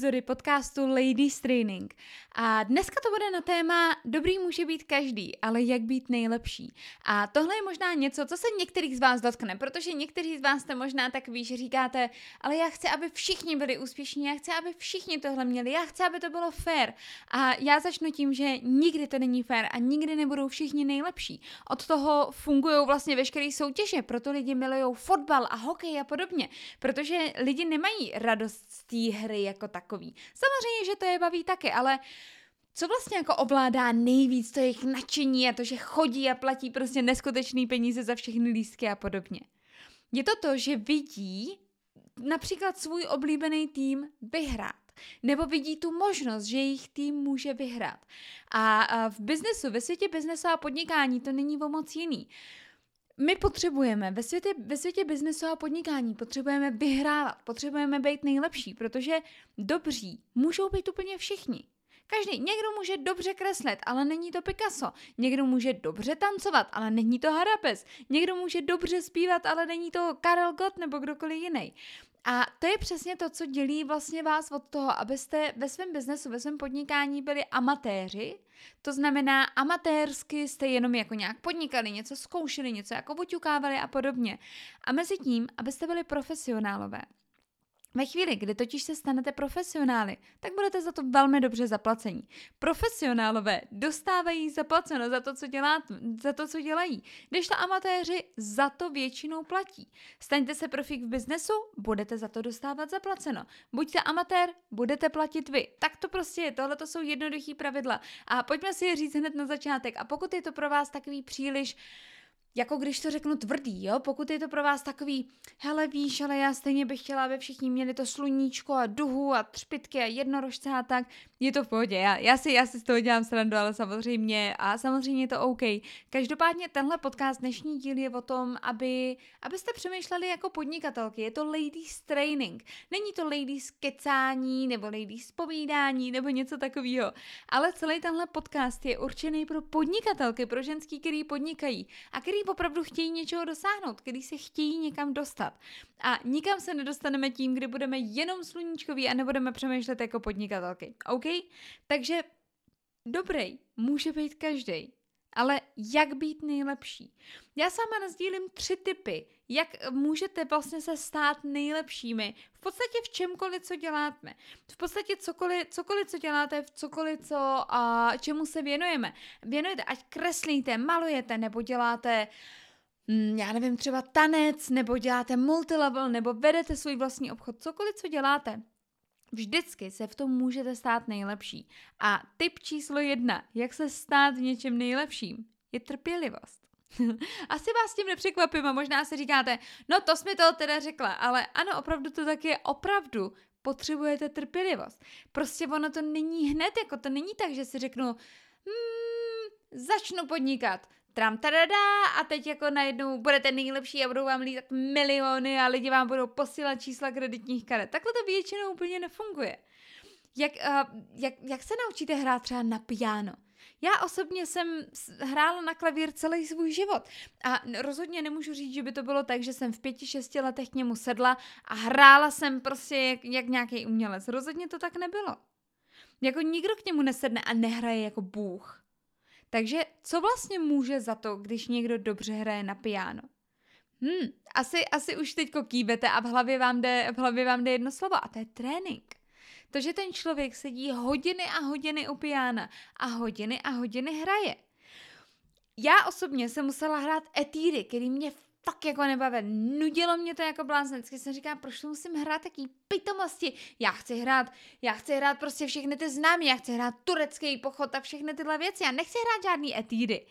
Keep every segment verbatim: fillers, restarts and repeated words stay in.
epizody podcastu Ladies Training. A dneska to bude na téma dobrý může být každý, ale jak být nejlepší. A tohle je možná něco, co se některých z vás dotkne, protože někteří z vás jste možná takový, že říkáte, ale já chci, aby všichni byli úspěšní, já chci, aby všichni tohle měli, já chci, aby to bylo fair. A já začnu tím, že nikdy to není fair a nikdy nebudou všichni nejlepší. Od toho fungují vlastně veškeré soutěže, proto lidi milují fotbal a hokej a podobně, protože lidi nemají radost z té hry jako takový. Samozřejmě, že to je baví taky, ale co vlastně jako ovládá nejvíc to jejich nadšení a to, že chodí a platí prostě neskutečný peníze za všechny lístky a podobně. Je to to, že vidí například svůj oblíbený tým vyhrát. Nebo vidí tu možnost, že jejich tým může vyhrát. A v biznesu, ve světě biznesu a podnikání to není o moc jiný. My potřebujeme, ve světě, ve světě biznesu a podnikání potřebujeme vyhrávat, potřebujeme být nejlepší, protože dobří můžou být úplně všichni. Každý, někdo může dobře kreslit, ale není to Picasso. Někdo může dobře tancovat, ale není to Harapes. Někdo může dobře zpívat, ale není to Karel Gott nebo kdokoliv jiný. A to je přesně to, co dělí vlastně vás od toho, abyste ve svém biznesu, ve svém podnikání byli amatéři. To znamená, amatérsky jste jenom jako nějak podnikali, něco zkoušeli, něco jako oťukávali a podobně. A mezi tím, abyste byli profesionálové. Ve chvíli, kdy totiž se stanete profesionály, tak budete za to velmi dobře zaplacení. Profesionálové dostávají zaplaceno za to, co dělá, za to, co dělají, kdežto amatéři za to většinou platí. Staňte se profík v biznesu, budete za to dostávat zaplaceno. Buďte amatér, budete platit vy. Tak to prostě je, tohle to jsou jednoduchý pravidla. A pojďme si je říct hned na začátek. A pokud je to pro vás takový příliš, jako když to řeknu tvrdý, jo, pokud je to pro vás takový, hele víš, ale já stejně bych chtěla, aby všichni měli to sluníčko a duhu a třpytky a jednorožce a tak, je to v pohodě, já, já, si, já si z toho dělám srandu, ale samozřejmě a samozřejmě je to OK. Každopádně tenhle podcast, dnešní díl je o tom, aby, abyste přemýšleli jako podnikatelky, je to ladies training, není to ladies kecání nebo ladies povídání nebo něco takového, ale celý tenhle podcast je určený pro podnikatelky, pro ženský, který podnikají a který opravdu chtějí něčeho dosáhnout, který se chtějí někam dostat. A nikam se nedostaneme tím, kdy budeme jenom sluníčkoví a nebudeme přemýšlet jako podnikatelky. OK? Takže dobrý, může být každý. Ale jak být nejlepší? Já sama nazdílím tři tipy, jak můžete vlastně se stát nejlepšími v podstatě v čemkoliv, co děláte. V podstatě cokoliv, cokoliv co děláte, v cokoliv, co, a čemu se věnujeme. Věnujete, ať kreslíte, malujete, nebo děláte, hm, já nevím, třeba tanec, nebo děláte multilevel, nebo vedete svůj vlastní obchod, cokoliv, co děláte. Vždycky se v tom můžete stát nejlepší. A tip číslo jedna, jak se stát v něčem nejlepším, je trpělivost. Asi vás tím nepřekvapím a možná si říkáte, no to jsi mi to teda řekla, ale ano, opravdu to tak je, opravdu potřebujete trpělivost. Prostě ono to není hned, jako to není tak, že si řeknu, hmm, začnu podnikat, tram tadadá a teď jako najednou budete nejlepší a budou vám lítat miliony a lidi vám budou posílat čísla kreditních karet. Takhle to většinou úplně nefunguje. Jak, uh, jak, jak se naučíte hrát třeba na piano? Já osobně jsem hrála na klavír celý svůj život a rozhodně nemůžu říct, že by to bylo tak, že jsem v pěti, šesti letech k němu sedla a hrála jsem prostě jak, jak nějaký umělec. Rozhodně to tak nebylo. Jako nikdo k němu nesedne a nehraje jako bůh. Takže co vlastně může za to, když někdo dobře hraje na piano? Hmm, asi, asi už teďko kývete a v hlavě vám jde, v hlavě vám jde jedno slovo a to je trénink. To, že ten člověk sedí hodiny a hodiny u piana a hodiny a hodiny hraje. Já osobně jsem musela hrát etídy, který mě fakt jako nebavil. Nudilo mě to jako blázně. Vždycky jsem říkala, proč musím hrát taký pitomosti. Já chci hrát, já chci hrát prostě všechny ty známý, já chci hrát turecký pochod a všechny tyhle věci. Já nechci hrát žádný etídy.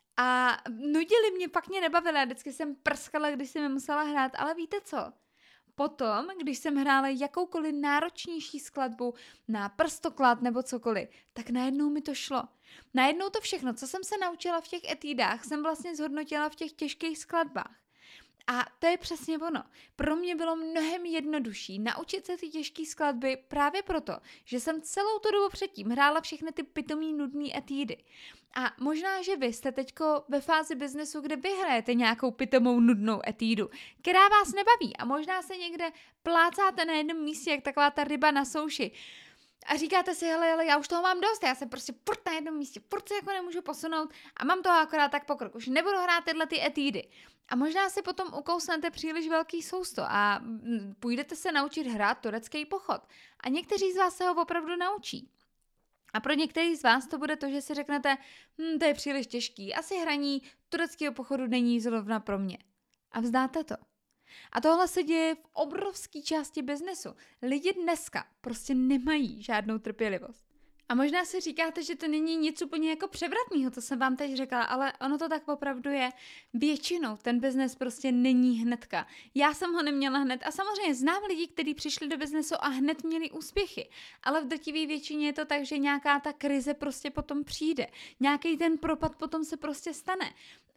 A nudili mě, fakt mě nebavily. Vždycky jsem prskala, když jsem je musela hrát, ale víte co? Potom, když jsem hrála jakoukoliv náročnější skladbu na prstoklad nebo cokoliv, tak najednou mi to šlo. Najednou to všechno, co jsem se naučila v těch etídách, jsem vlastně zhodnotila v těch těžkých skladbách. A to je přesně ono. Pro mě bylo mnohem jednodušší naučit se ty těžké skladby právě proto, že jsem celou tu dobu předtím hrála všechny ty pitomý nudný etídy. A možná, že vy jste teďko ve fázi biznesu, kde vy hrajete nějakou pitomou nudnou etídu, která vás nebaví a možná se někde plácáte na jednom místě, jak taková ta ryba na souši. A říkáte si, hele, hele, já už toho mám dost, já jsem prostě furt na jednom místě, furt se jako nemůžu posunout a mám toho akorát tak pokrok, už nebudu hrát tyhle ty etídy. A možná si potom ukousnete příliš velký sousto a půjdete se naučit hrát turecký pochod. A někteří z vás se ho opravdu naučí. A pro některý z vás to bude to, že si řeknete, hm, to je příliš těžký, asi hraní tureckého pochodu není zrovna pro mě. A vzdáte to. A tohle se děje v obrovské části biznesu. Lidi dneska prostě nemají žádnou trpělivost. A možná si říkáte, že to není nic úplně jako převratného, to jsem vám teď řekla, ale ono to tak opravdu je. Většinou ten biznes prostě není hnedka. Já jsem ho neměla hned a samozřejmě znám lidi, kteří přišli do biznesu a hned měli úspěchy, ale v drtivé většině je to tak, že nějaká ta krize prostě potom přijde. Nějaký ten propad potom se prostě stane.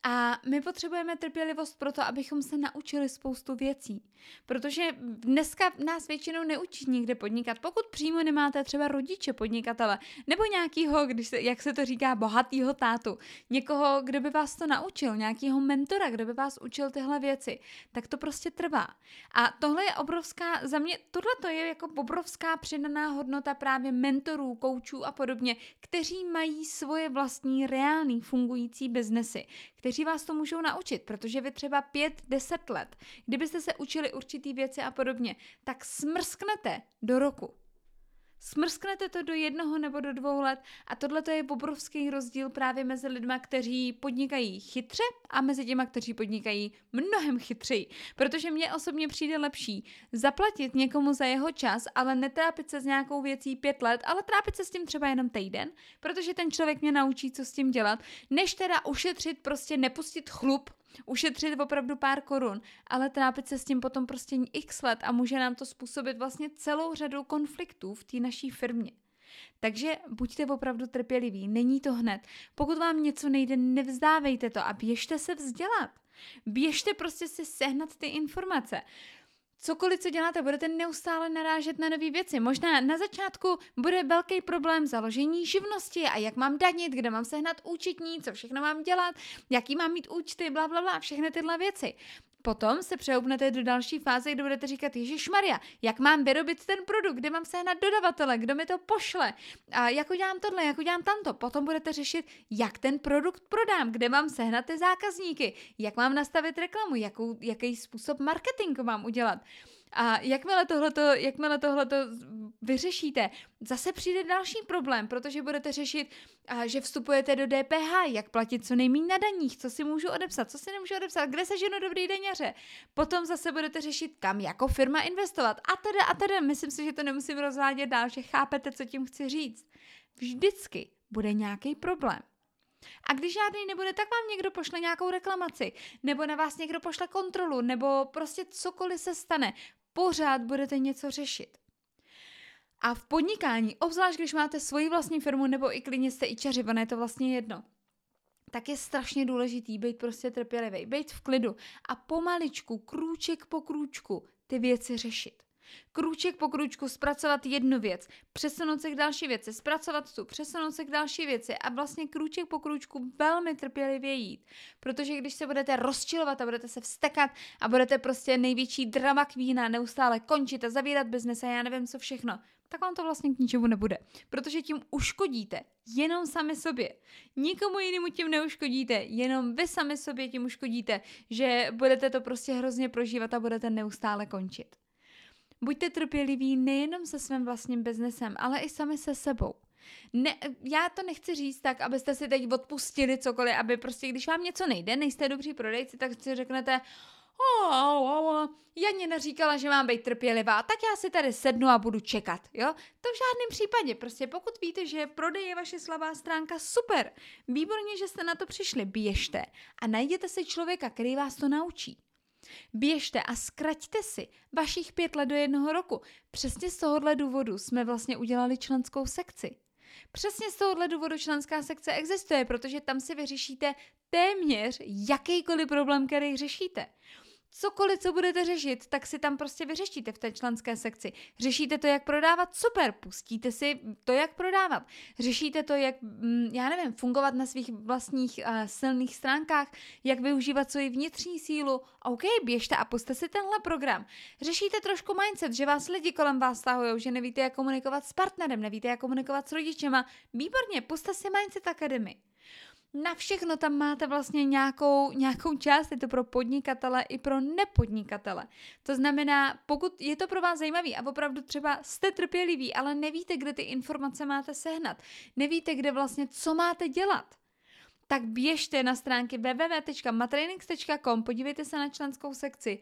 A my potřebujeme trpělivost pro to, abychom se naučili spoustu věcí. Protože dneska nás většinou neučí nikde podnikat. Pokud přímo nemáte třeba rodiče podnikatele, nebo nějakýho, když se, jak se to říká, bohatýho tátu, někoho, kdo by vás to naučil, nějakýho mentora, kdo by vás učil tyhle věci, tak to prostě trvá. A tohle je obrovská, za mě, tohle to je jako obrovská přidaná hodnota právě mentorů, koučů a podobně, kteří mají svoje vlastní reální fungující biznesy, kteří vás to můžou naučit, protože vy třeba pět, deset let, kdybyste se učili určitý věci a podobně, tak smrsknete do roku. Smrsknete to do jednoho nebo do dvou let a tohle je obrovský rozdíl právě mezi lidma, kteří podnikají chytře a mezi těma, kteří podnikají mnohem chytřeji. Protože mně osobně přijde lepší zaplatit někomu za jeho čas, ale netrápit se s nějakou věcí pět let, ale trápit se s tím třeba jenom týden, protože ten člověk mě naučí, co s tím dělat, než teda ušetřit, prostě nepustit chlup, ušetřit opravdu pár korun, ale trápit se s tím potom prostě x let a může nám to způsobit vlastně celou řadu konfliktů v té naší firmě. Takže buďte opravdu trpěliví, není to hned. Pokud vám něco nejde, nevzdávejte to a běžte se vzdělat. Běžte prostě si sehnat ty informace. Cokoliv, co děláte, budete neustále narážet na nové věci. Možná na začátku bude velký problém založení živnosti a jak mám danit, kde mám sehnat účetní, co všechno mám dělat, jaký mám mít účty, bla, bla, bla, všechny tyhle věci. Potom se přehoupnete do další fáze, kde budete říkat, Ježišmarja, jak mám vyrobit ten produkt, kde mám sehnat dodavatele, kdo mi to pošle, a jak udělám tohle, jak udělám tamto. Potom budete řešit, jak ten produkt prodám, kde mám sehnat ty zákazníky, jak mám nastavit reklamu, jakou, jaký způsob marketingu mám udělat. A jakmile tohleto, jakmile tohleto vyřešíte, zase přijde další problém, protože budete řešit, že vstupujete do D P H, jak platit co nejméně na daních, co si můžu odepsat, co si nemůžu odepsat, kde seženu dobrý daňaře. Potom zase budete řešit, kam jako firma investovat a teda a teda. Myslím si, že to nemusím rozvádět dál, že chápete, co tím chci říct. Vždycky bude nějaký problém. A když žádný nebude, tak vám někdo pošle nějakou reklamaci, nebo na vás někdo pošle kontrolu, nebo prostě cokoliv se stane. Pořád budete něco řešit. A v podnikání, obzvlášť když máte svoji vlastní firmu, nebo i klidně jste ičaři, ono je to vlastně jedno, tak je strašně důležitý být prostě trpělivý, být v klidu a pomaličku, krůček po krůčku ty věci řešit. Krůček po krůčku zpracovat jednu věc, přesunout se k další věci, zpracovat tu, přesunout se k další věci a vlastně krůček po krůčku velmi trpělivě jít. Protože když se budete rozčilovat a budete se vztekat a budete prostě největší drama queena, neustále končit a zavírat biznes a já nevím co všechno, tak vám to vlastně k ničemu nebude. Protože tím uškodíte jenom sami sobě. Nikomu jinému tím neuškodíte, jenom vy sami sobě tím uškodíte, že budete to prostě hrozně prožívat a budete neustále končit. Buďte trpěliví nejenom se svým vlastním biznesem, ale i sami se sebou. Ne, já to nechci říct tak, abyste si teď odpustili cokoliv, aby prostě, když vám něco nejde, nejste dobří prodejci, tak si řeknete, oh, oh, oh, Janě říkala, že mám být trpělivá, tak já si tady sednu a budu čekat, jo? To v žádném případě, prostě pokud víte, že prodej je vaše slabá stránka, super, výborně, že jste na to přišli, běžte a najděte si člověka, který vás to naučí. Běžte a zkraťte si vašich pět let do jednoho roku. Přesně z tohohle důvodu jsme vlastně udělali členskou sekci. Přesně z tohohle důvodu členská sekce existuje, protože tam si vyřešíte téměř jakýkoliv problém, který řešíte. cokoliv, co budete řešit, tak si tam prostě vyřešíte v té členské sekci. Řešíte to, jak prodávat, super, pustíte si to, jak prodávat. Řešíte to, jak, já nevím, fungovat na svých vlastních uh, silných stránkách, jak využívat svoji vnitřní sílu. OK, běžte a puste si tenhle program. Řešíte trošku mindset, že vás lidi kolem vás stahujou, že nevíte, jak komunikovat s partnerem, nevíte, jak komunikovat s rodičema. Výborně, puste si Mindset Academy. Na všechno tam máte vlastně nějakou, nějakou část, je to pro podnikatele i pro nepodnikatele. To znamená, pokud je to pro vás zajímavý a opravdu třeba jste trpěliví, ale nevíte, kde ty informace máte sehnat, nevíte, kde vlastně, co máte dělat, tak běžte na stránky w w w tečka matrainings tečka com, podívejte se na členskou sekci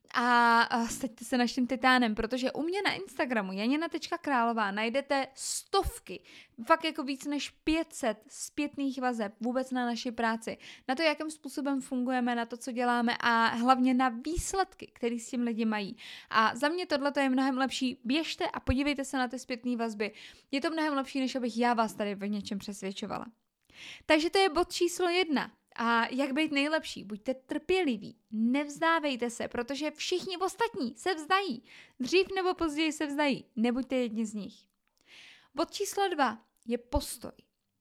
a, a staňte se naším titánem, protože u mě na Instagramu janina tečka králová najdete stovky, fakt jako víc než pět set zpětných vazeb vůbec na naši práci, na to, jakým způsobem fungujeme, na to, co děláme a hlavně na výsledky, které s tím lidi mají. A za mě tohle je mnohem lepší. Běžte a podívejte se na ty zpětné vazby. Je to mnohem lepší, než abych já vás tady v něčem přesvědčovala. Takže to je bod číslo jedna. A jak být nejlepší? Buďte trpěliví, nevzdávejte se, protože všichni ostatní se vzdají. Dřív nebo později se vzdají, nebuďte jedni z nich. Bod číslo dva je postoj.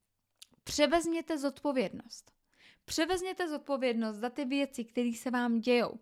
Převezměte zodpovědnost. Převezměte zodpovědnost za ty věci, které se vám dějou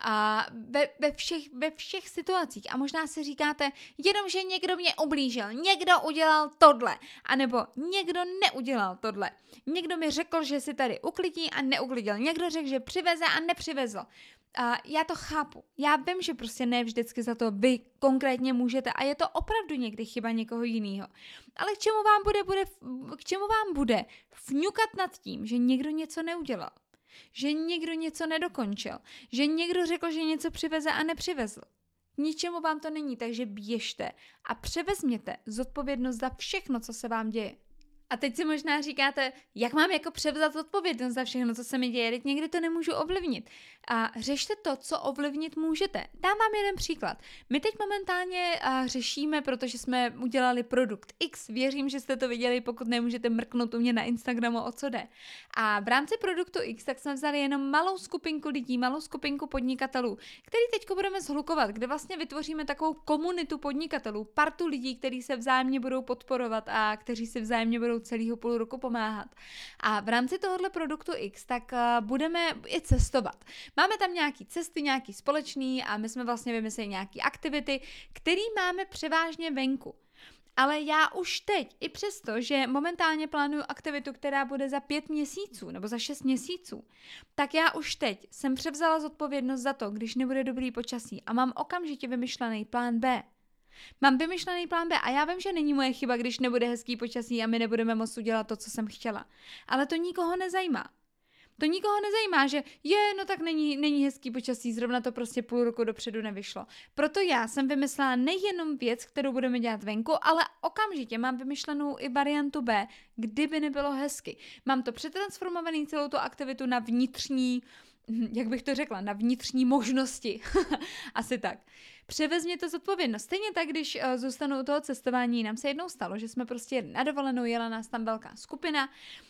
a ve, ve, všech, ve všech situacích. A možná si říkáte, jenom, že někdo mě ublížil, někdo udělal tohle, anebo někdo neudělal tohle. Někdo mi řekl, že si tady uklidí a neuklidil. Někdo řekl, že přiveze a nepřivezl. A já to chápu. Já vím, že prostě ne vždycky za to vy konkrétně můžete a je to opravdu někdy chyba někoho jiného. Ale k čemu vám bude, bude, k čemu vám bude fňukat nad tím, že někdo něco neudělal, že někdo něco nedokončil, že někdo řekl, že něco přiveze a nepřivezl. K ničemu vám to není, takže běžte a převezměte zodpovědnost za všechno, co se vám děje. A teď si možná říkáte, jak mám jako převzat odpovědnost za všechno, co se mi děje, teď někdy to nemůžu ovlivnit. A řešte to, co ovlivnit můžete. Dám vám jeden příklad. My teď momentálně a, řešíme, protože jsme udělali produkt X, věřím, že jste to viděli, pokud nemůžete mrknout u mě na Instagramu, o co jde. A v rámci produktu X tak jsme vzali jenom malou skupinku lidí, malou skupinku podnikatelů, který teď budeme zhlukovat, kde vlastně vytvoříme takovou komunitu podnikatelů, partu lidí, kteří se vzájemně budou podporovat a kteří si vzájemně budou celého půl roku pomáhat. A v rámci tohohle produktu X tak uh, budeme i cestovat. Máme tam nějaký cesty, nějaký společný a my jsme vlastně vymysleli nějaký aktivity, který máme převážně venku. Ale já už teď, i přesto, že momentálně plánuju aktivitu, která bude za pět měsíců nebo za šest měsíců, tak já už teď jsem převzala zodpovědnost za to, když nebude dobrý počasí a mám okamžitě vymyšlený plán B. Mám vymyšlený plán B a já vím, že není moje chyba, když nebude hezký počasí a my nebudeme moct udělat to, co jsem chtěla. Ale to nikoho nezajímá. To nikoho nezajímá, že je, no tak není, není hezký počasí, zrovna to prostě půl roku dopředu nevyšlo. Proto já jsem vymyslela nejenom věc, kterou budeme dělat venku, ale okamžitě mám vymyšlenou i variantu B, kdyby nebylo hezky. Mám to přetransformovaný celou tu aktivitu na vnitřní, jak bych to řekla, na vnitřní možnosti. Asi tak. Převezměte zodpovědnost. Stejně tak, když uh, zůstanu u toho cestování, nám se jednou stalo, že jsme prostě na dovolenou, jela nás tam velká skupina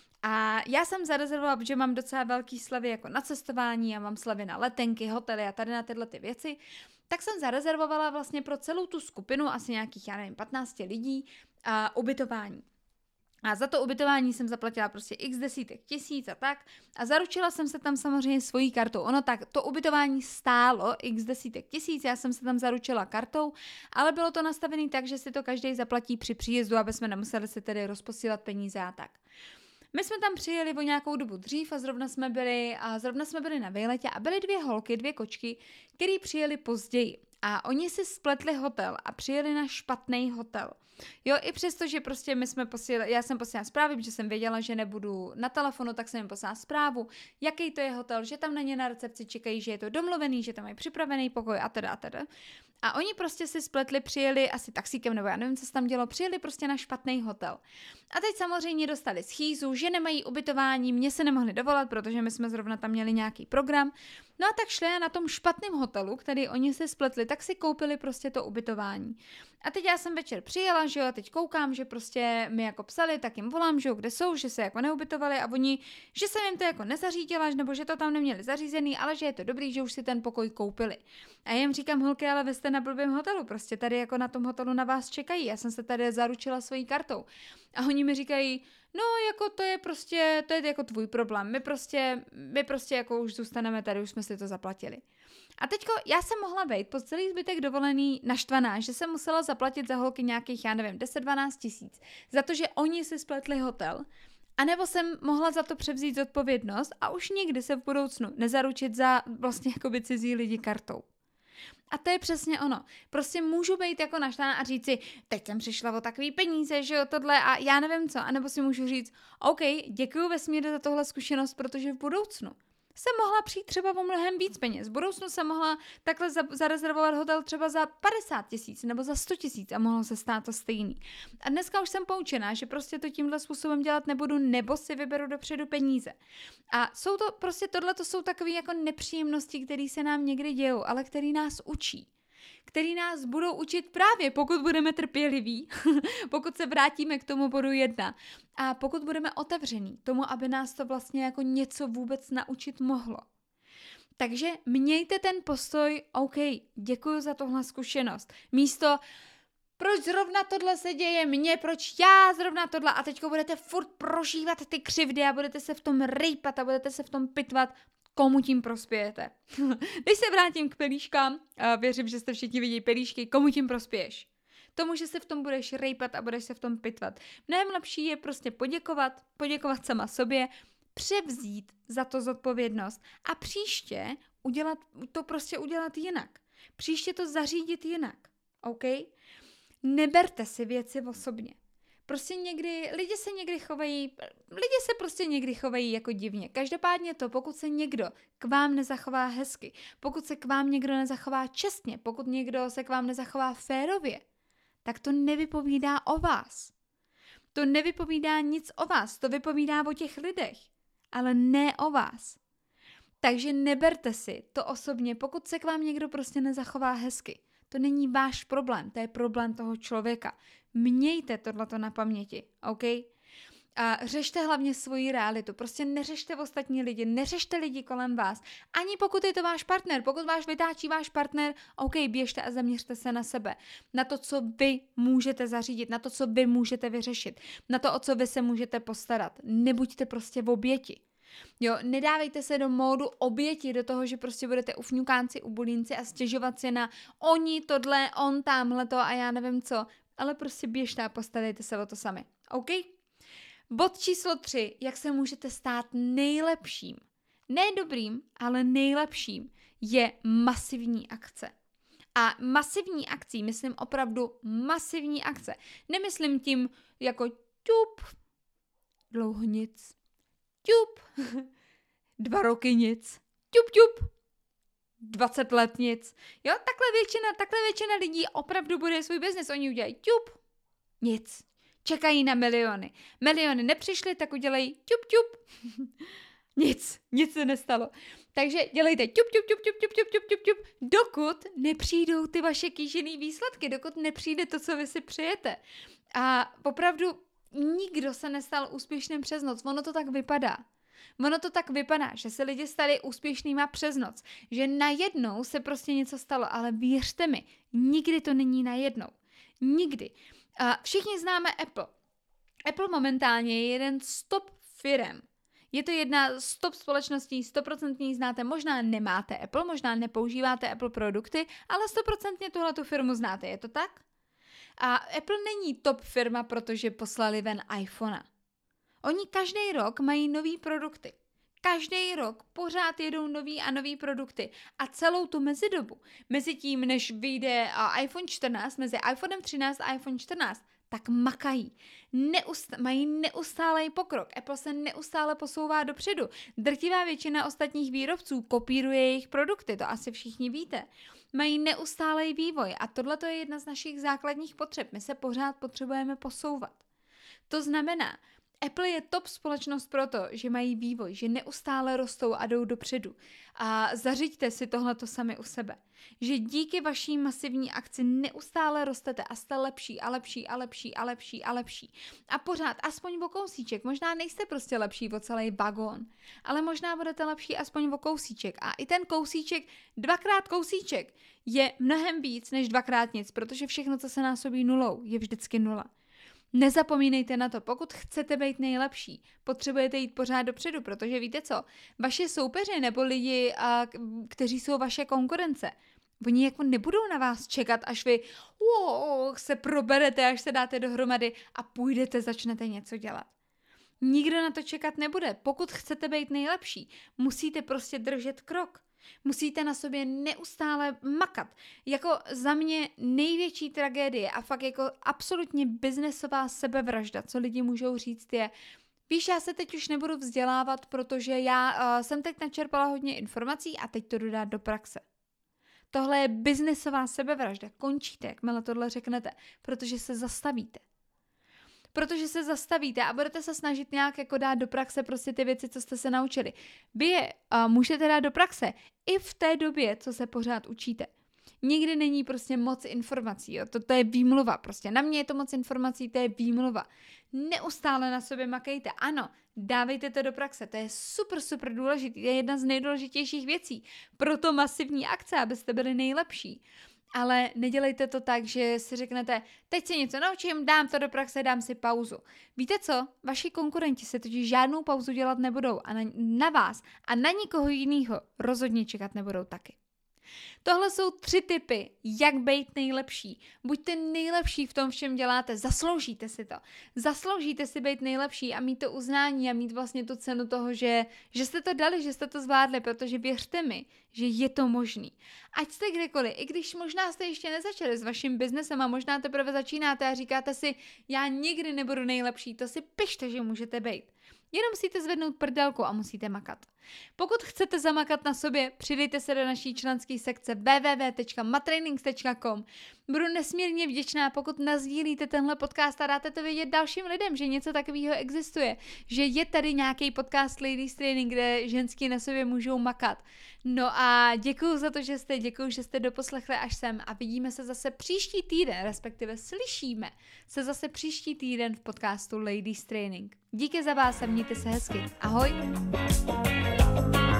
a já jsem zarezervovala, protože mám docela velký slevy jako na cestování a mám slevy na letenky, hotely a tady na tyhle ty věci, tak jsem zarezervovala vlastně pro celou tu skupinu, asi nějakých, já nevím, patnáct lidí, uh, ubytování. A za to ubytování jsem zaplatila prostě x desítek tisíc a tak a zaručila jsem se tam samozřejmě svojí kartou. Ono tak, to ubytování stálo x desítek tisíc, já jsem se tam zaručila kartou, ale bylo to nastavené tak, že si to každý zaplatí při příjezdu, aby jsme nemuseli si tedy rozposílat peníze a tak. My jsme tam přijeli o nějakou dobu dřív a zrovna jsme byli, a zrovna jsme byli na výletě a byly dvě holky, dvě kočky, které přijeli později. A oni si spletli hotel a přijeli na špatný hotel. Jo, i přesto, že prostě my jsme posílali, já jsem posílala zprávy, protože jsem věděla, že nebudu na telefonu, tak jsem jim poslala zprávu, jaký to je hotel, že tam na ně na recepci čekají, že je to domluvený, že tam mají připravený pokoj a teda a teda. A oni prostě si spletli, přijeli asi taxíkem, nebo já nevím, co se tam dělo, přijeli prostě na špatný hotel. A teď samozřejmě dostali schýzu, že nemají ubytování, mě se nemohli dovolat, protože my jsme zrovna tam měli nějaký program. No a tak šli a na tom špatném hotelu, který oni si spletli, tak si koupili prostě to ubytování. A teď já jsem večer přijela, že jo, a teď koukám, že prostě mi jako psali, tak jim volám, že jo, kde jsou, že se jako neubytovali a oni, že jsem jim to jako nezařídila, nebo že to tam neměli zařízený, ale že je to dobrý, že už si ten pokoj koupili. A já jim říkám, holky, ale vy jste na blbém hotelu, prostě tady jako na tom hotelu na vás čekají, já jsem se tady zaručila svojí kartou. A oni mi říkají, no jako to je prostě, to je jako tvůj problém, my prostě, my prostě jako už zůstaneme tady, už jsme si to zaplatili. A teďko já jsem mohla být po celý zbytek dovolený naštvaná, že jsem musela zaplatit za holky nějakých, já nevím, deset dvanáct tisíc, za to, že oni si spletli hotel, anebo jsem mohla za to převzít zodpovědnost a už nikdy se v budoucnu nezaručit za vlastně jakoby cizí lidi kartou. A to je přesně ono. Prostě můžu být jako naštvaná a říct si, teď jsem přišla o takový peníze, že jo, tohle a já nevím co. A nebo si můžu říct, OK, děkuju vesmíru za tohle zkušenost, protože v budoucnu jsem mohla přijít třeba o mnohem víc peněz. V budoucnu jsem mohla takhle za- zarezervovat hotel třeba za padesát tisíc nebo za sto tisíc a mohlo se stát to stejný. A dneska už jsem poučená, že prostě to tímhle způsobem dělat nebudu, nebo si vyberu dopředu peníze. A jsou to prostě tohle to jsou takové jako nepříjemnosti, které se nám někdy dějou, ale které nás učí. Který nás budou učit právě, pokud budeme trpěliví, pokud se vrátíme k tomu bodu jedna a pokud budeme otevření tomu, aby nás to vlastně jako něco vůbec naučit mohlo. Takže mějte ten postoj, OK, děkuji za tohle zkušenost. Místo, proč zrovna tohle se děje mně, proč já zrovna tohle a teďko budete furt prožívat ty křivdy a budete se v tom rejpat a budete se v tom pitvat, komu tím prospějete. Když se vrátím k pelíškám, a věřím, že jste všichni vidějí pelíšky, komu tím prospěješ? Tomu, že se v tom budeš rejpat a budeš se v tom pitvat. Mnohem lepší je prostě poděkovat, poděkovat sama sobě, převzít za to zodpovědnost a příště udělat, to prostě udělat jinak. Příště to zařídit jinak. OK? Neberte si věci osobně. Prostě někdy, lidi se někdy chovají, lidi se prostě někdy chovají jako divně. Každopádně to, pokud se někdo k vám nezachová hezky, pokud se k vám někdo nezachová čestně, pokud někdo se k vám nezachová férově, tak to nevypovídá o vás. To nevypovídá nic o vás, to vypovídá o těch lidech, ale ne o vás. Takže neberte si to osobně, pokud se k vám někdo prostě nezachová hezky. To není váš problém, to je problém toho člověka. Mějte tohleto na paměti, OK? A řešte hlavně svoji realitu, prostě neřešte ostatní lidi, neřešte lidi kolem vás. Ani pokud je to váš partner, pokud váš vytáčí váš partner, OK, běžte a zaměřte se na sebe. Na to, co vy můžete zařídit, na to, co vy můžete vyřešit, na to, o co vy se můžete postarat. Nebuďte prostě v oběti. Jo, nedávejte se do módu oběti, do toho, že prostě budete ufňukánci, ubulínci a stěžovat si na oni tohle, on tamhleto a já nevím co, ale prostě běžte a postarejte se o to sami. OK? Bod číslo tři, jak se můžete stát nejlepším. Ne dobrým, ale nejlepším je masivní akce. A masivní akcí myslím opravdu masivní akce. Nemyslím tím jako ťup, dlouho nic, ťup, dva roky nic, ťup, ťup, dvacet let nic. Jo, takhle většina, takhle většina lidí opravdu bude svůj biznes. Oni udělají ťup, nic. Čekají na miliony. Miliony nepřišly, tak udělají ťup, ťup. Nic, nic se nestalo. Takže dělejte ťup, ťup, ťup, ťup, ťup, ťup, ťup, ťup, ťup, dokud nepřijdou ty vaše kýžený výsledky, dokud nepřijde to, co vy si přejete. A opravdu nikdo se nestal úspěšným přes noc. Ono to tak vypadá. Ono to tak vypadá, že se lidi stali úspěšnýma přes noc. Že najednou se prostě něco stalo, ale věřte mi, nikdy to není najednou. Nikdy. A všichni známe Apple. Apple momentálně je jeden z top firem. Je to jedna z top společností, stoprocentně znáte, možná nemáte Apple, možná nepoužíváte Apple produkty, ale stoprocentně tuhletu firmu znáte, je to tak? A Apple není top firma, protože poslali ven iPhona. Oni každý rok mají nový produkty. Každý rok pořád jedou nový a nový produkty. A celou tu mezidobu, mezi tím, než vyjde iPhone čtrnáct, mezi iPhonem třináct a iPhone čtrnáct, tak makají. Neust- mají neustálej pokrok. Apple se neustále posouvá dopředu. Drtivá většina ostatních výrobců kopíruje jejich produkty, to asi všichni víte. Mají neustálej vývoj a tohle je jedna z našich základních potřeb. My se pořád potřebujeme posouvat. To znamená, Apple je top společnost proto, že mají vývoj, že neustále rostou a jdou dopředu. A zařiďte si tohleto sami u sebe. Že díky vaší masivní akci neustále rostete a jste lepší a lepší a lepší a lepší a lepší. A pořád aspoň o kousíček. Možná nejste prostě lepší o celý vagón, ale možná budete lepší aspoň o kousíček. A i ten kousíček, dvakrát kousíček, je mnohem víc než dvakrát nic, protože všechno, co se násobí nulou, je vždycky nula. Nezapomínejte na to, pokud chcete být nejlepší, potřebujete jít pořád dopředu, protože víte co, vaše soupeři nebo lidi, a, kteří jsou vaše konkurence, oni jako nebudou na vás čekat, až vy wow, se proberete, až se dáte dohromady a půjdete, začnete něco dělat. Nikdo na to čekat nebude. Pokud chcete být nejlepší, musíte prostě držet krok. Musíte na sobě neustále makat. Jako za mě největší tragédie a fakt jako absolutně biznesová sebevražda, co lidi můžou říct je, víš, já se teď už nebudu vzdělávat, protože já uh, jsem teď načerpala hodně informací a teď to jdu dát do praxe. Tohle je biznesová sebevražda. Končíte, jakmile tohle řeknete, protože se zastavíte. Protože se zastavíte a budete se snažit nějak jako dát do praxe prostě ty věci, co jste se naučili. Vy je uh, můžete dát do praxe i v té době, co se pořád učíte. Nikdy není prostě moc informací, jo? To, to je výmluva prostě. Na mě je to moc informací, to je výmluva. Neustále na sobě makejte. Ano, dávejte to do praxe, to je super, super důležité. To je jedna z nejdůležitějších věcí. Proto masivní akce, abyste byli nejlepší. Ale nedělejte to tak, že si řeknete, teď si něco naučím, dám to do praxe, dám si pauzu. Víte co? Vaši konkurenti se totiž žádnou pauzu dělat nebudou a na, na vás a na nikoho jiného rozhodně čekat nebudou taky. Tohle jsou tři tipy, jak být nejlepší. Buďte nejlepší v tom, v čem děláte, zasloužíte si to. Zasloužíte si být nejlepší a mít to uznání a mít vlastně tu cenu toho, že, že jste to dali, že jste to zvládli, protože věřte mi, že je to možný. Ať jste kdekoliv, i když možná jste ještě nezačali s vaším biznesem a možná teprve začínáte a říkáte si, já nikdy nebudu nejlepší, to si pište, že můžete být. Jenom musíte zvednout prdelku a musíte makat. Pokud chcete zamakat na sobě, přidejte se do naší členské sekce w w w tečka matrainings tečka com. Budu nesmírně vděčná, pokud nazdílíte tenhle podcast a dáte to vědět dalším lidem, že něco takového existuje, že je tady nějaký podcast Ladies Training, kde ženský na sobě můžou makat. No a děkuju za to, že jste, děkuju, že jste doposlechli až sem a vidíme se zase příští týden, respektive slyšíme se zase příští týden v podcastu Ladies Training. Díky za vás a mějte se hezky. Ahoj!